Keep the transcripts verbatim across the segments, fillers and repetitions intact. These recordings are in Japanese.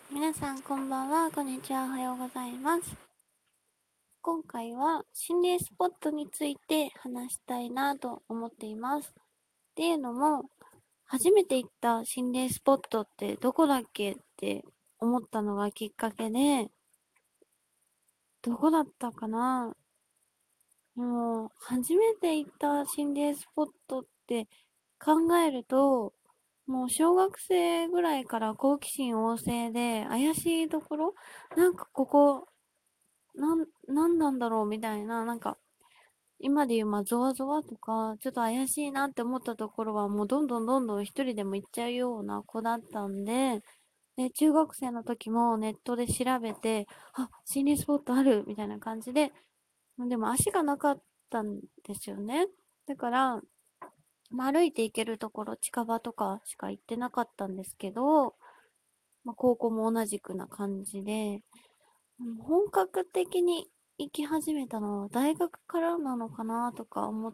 皆さんこんばんは、こんにちは、おはようございます。今回は心霊スポットについて話したいなと思っています。っていうのも、初めて行った心霊スポットってどこだっけって思ったのがきっかけで、どこだったかな。もう、初めて行った心霊スポットって考えると、もう小学生ぐらいから好奇心旺盛で怪しいところ、なんかここなん、なんなんだろうみたいな、なんか、今で言う、まあ、ゾワゾワとか、ちょっと怪しいなって思ったところは、もうどんどんどんどん一人でも行っちゃうような子だったんで、で、中学生の時もネットで調べて、あ、心霊スポットあるみたいな感じで、でも足がなかったんですよね。だから、まあ、歩いて行けるところ、近場とかしか行ってなかったんですけど、まあ、高校も同じくな感じで、本格的に行き始めたのは大学からなのかなとか思って、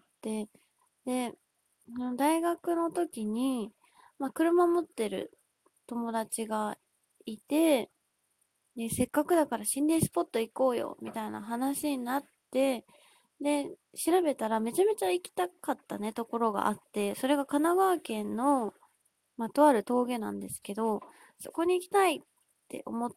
で、大学の時に、まあ、車持ってる友達がいて、で、せっかくだから心霊スポット行こうよ、みたいな話になって、で、調べたらめちゃめちゃ行きたかったね、ところがあって、それが神奈川県の、まあ、とある峠なんですけど、そこに行きたいって思って、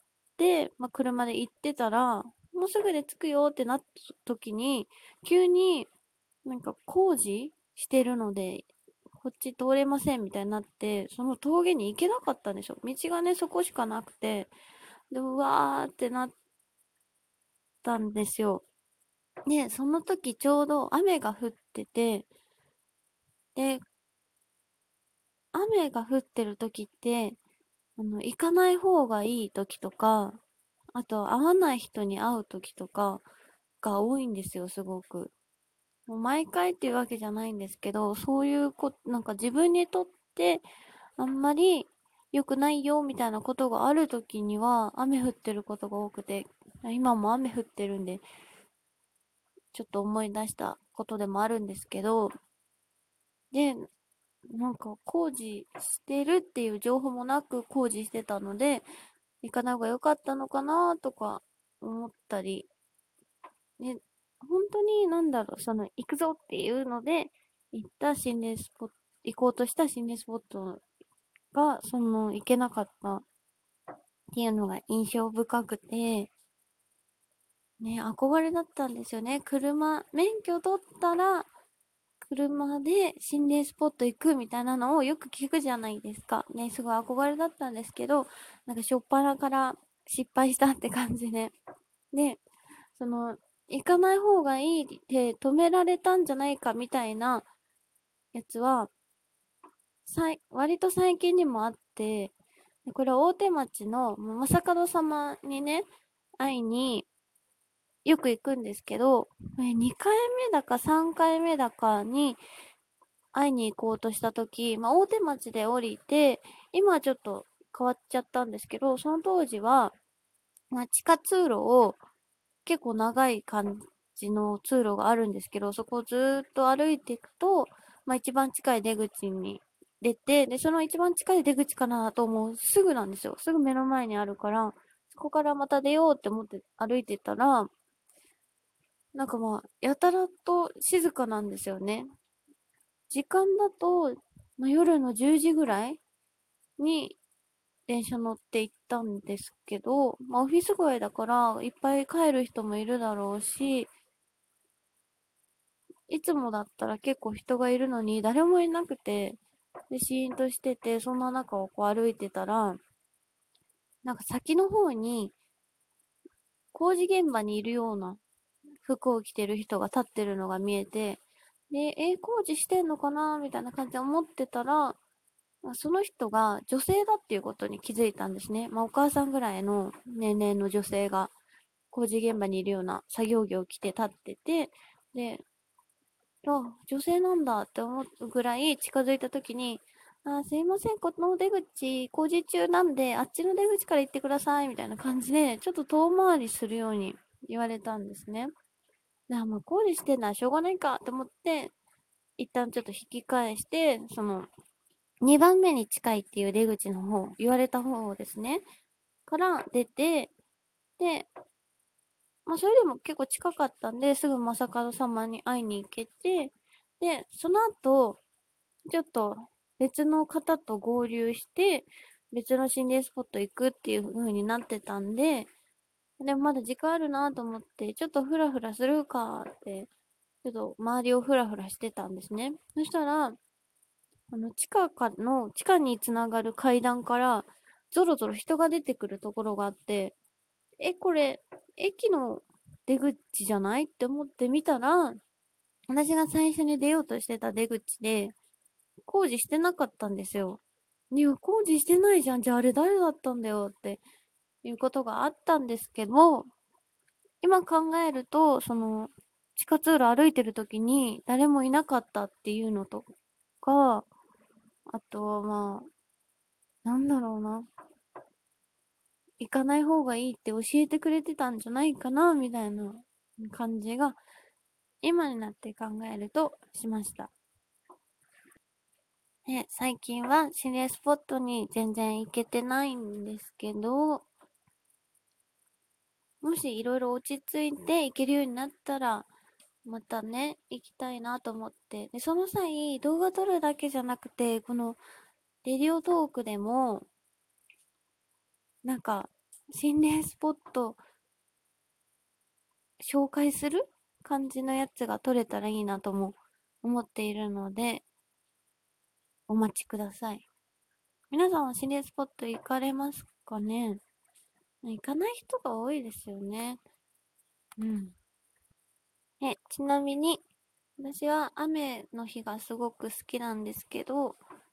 まあ、車で行ってたら、もうすぐで着くよってなった時に、急になんか工事してるので、こっち通れませんみたいになって、その峠に行けなかったんですよ。道がね、そこしかなくて、で、うわーってなったんですよ。で、その時ちょうど雨が降ってて、で、雨が降ってる時って、あの、行かない方がいい時とか、あと、会わない人に会う時とかが多いんですよ、すごく。もう毎回っていうわけじゃないんですけど、そういうこ、なんか自分にとってあんまり良くないよみたいなことがある時には雨降ってることが多くて、今も雨降ってるんで、ちょっと思い出したことでもあるんですけど、で、なんか工事してるっていう情報もなく工事してたので、行かない方が良かったのかなとか思ったり、ね、本当になんだろう、その行くぞっていうので行った心霊スポット、行こうとした心霊スポットが、その行けなかったっていうのが印象深くて、ね、憧れだったんですよね。車、免許取ったら、車で心霊スポット行くみたいなのをよく聞くじゃないですか。ね、すごい憧れだったんですけど、なんかしょっぱなから失敗したって感じで。で、その、行かない方がいいって止められたんじゃないかみたいなやつは、さい割と最近にもあって、これは大手町の正門様にね、会いによく行くんですけど、にかいめだかさんかいめだかに会いに行こうとしたとき、まあ、大手町で降りて、今はちょっと変わっちゃったんですけど、その当時は、まあ、地下通路を結構長い感じの通路があるんですけど、そこをずーっと歩いていくと、まあ、一番近い出口に出て、で、その一番近い出口かなと思うすぐなんですよ。すぐ目の前にあるから、そこからまた出ようって思って歩いてたら、なんかまあ、やたらと静かなんですよね。時間だと、まあ、夜のじゅうじぐらいに電車乗って行ったんですけど、まあ、オフィス街だからいっぱい帰る人もいるだろうし、いつもだったら結構人がいるのに誰もいなくて、で、シーンとしてて、そんな中をこう歩いてたら、なんか先の方に工事現場にいるような服を着てる人が立ってるのが見えて、で、えー工事してんのかなみたいな感じで思ってたら、その人が女性だっていうことに気づいたんですね。まあ、お母さんぐらいの年齢の女性が工事現場にいるような作業着を着て立ってて、で、あ、女性なんだって思うぐらい近づいた時に、あ、すいません、この出口工事中なんで、あっちの出口から行ってください、みたいな感じで、ちょっと遠回りするように言われたんですね。で、あ、まあ工事してんならしょうがないかと思って、一旦ちょっと引き返して、その、にばんめに近いっていう出口の方、言われた方をですね、 から出て、で、まあそれでも結構近かったんで、すぐ正門様に会いに行けて、で、その後、ちょっと別の方と合流して、別の心霊スポット行くっていう風になってたんで、でもまだ時間あるなと思って、ちょっとフラフラするかって、ちょっと周りをフラフラしてたんですね。そしたら、あの、地下かの、地下につながる階段から、ゾロゾロ人が出てくるところがあって、え、これ、駅の出口じゃないって思ってみたら、私が最初に出ようとしてた出口で、工事してなかったんですよ。いや、工事してないじゃん。じゃああれ誰だったんだよっていうことがあったんですけど、今考えると、その、地下通路歩いてる時に誰もいなかったっていうのとか、あとはまあ、なんだろうな。行かない方がいいって教えてくれてたんじゃないかな、みたいな感じが、今になって考えるとしました。で、最近は心霊スポットに全然行けてないんですけど、もしいろいろ落ち着いて行けるようになったら、またね、行きたいなと思って。で、その際、動画撮るだけじゃなくて、この、レディオトークでも、なんか、心霊スポット紹介する感じのやつが撮れたらいいなとも思っているので、お待ちください。皆さんは心霊スポット行かれますかね？行かない人が多いですよね。うん。え、ちなみに、私は雨の日がすごく好きなんですけど、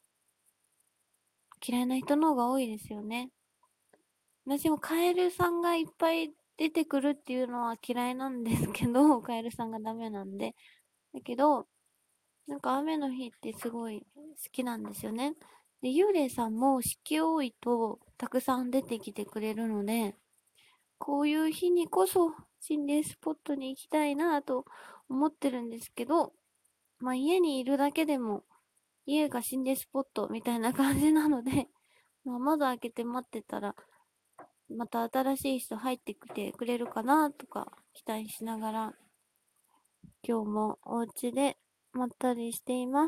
嫌いな人の方が多いですよね。私もカエルさんがいっぱい出てくるっていうのは嫌いなんですけど、カエルさんがダメなんで。だけど、なんか雨の日ってすごい好きなんですよね。で、幽霊さんも湿気多いとたくさん出てきてくれるので、こういう日にこそ心霊スポットに行きたいなと思ってるんですけど、まあ家にいるだけでも家が心霊スポットみたいな感じなので、まあ窓開けて待ってたら、また新しい人入ってきてくれるかなとか期待しながら、今日もお家でまったりしています。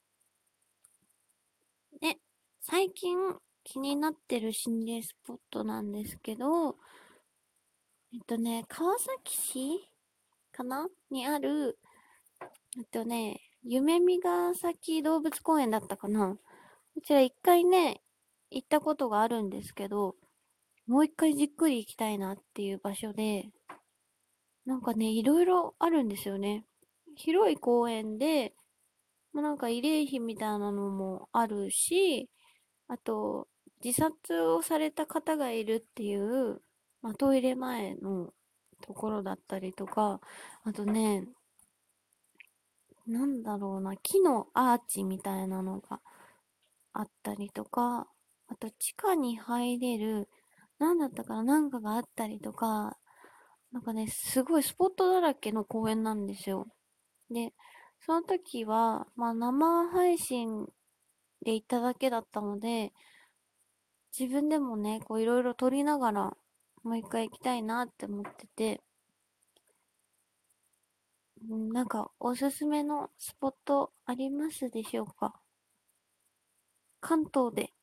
で、最近気になってる心霊スポットなんですけど、えっとね、川崎市かなにある、えっとね、夢見ヶ崎動物公園だったかな。こちら一回ね、行ったことがあるんですけど、もう一回じっくり行きたいなっていう場所で、なんかね、いろいろあるんですよね。広い公園で、まあ、なんか慰霊碑みたいなのもあるし、あと、自殺をされた方がいるっていう、まあ、トイレ前のところだったりとか、あとね、なんだろうな、木のアーチみたいなのがあったりとか、あと地下に入れる、なんだったかな、なんかがあったりとか、なんかね、すごいスポットだらけの公園なんですよ。で、その時は、まあ生配信で行っただけだったので、自分でもね、こういろいろ撮りながら、もう一回行きたいなって思ってて、うん、なんかおすすめのスポットありますでしょうか？関東で。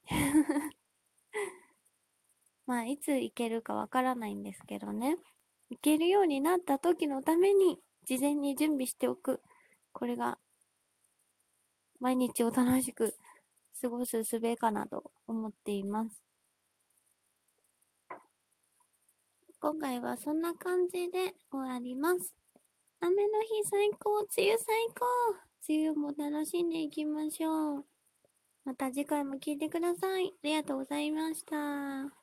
まあ、いつ行けるかわからないんですけどね。行けるようになった時のために、事前に準備しておく。これが、毎日を楽しく過ごす術かなと思っています。今回はそんな感じで終わります。雨の日最高、梅雨最高。梅雨も楽しんでいきましょう。また次回も聞いてください。ありがとうございました。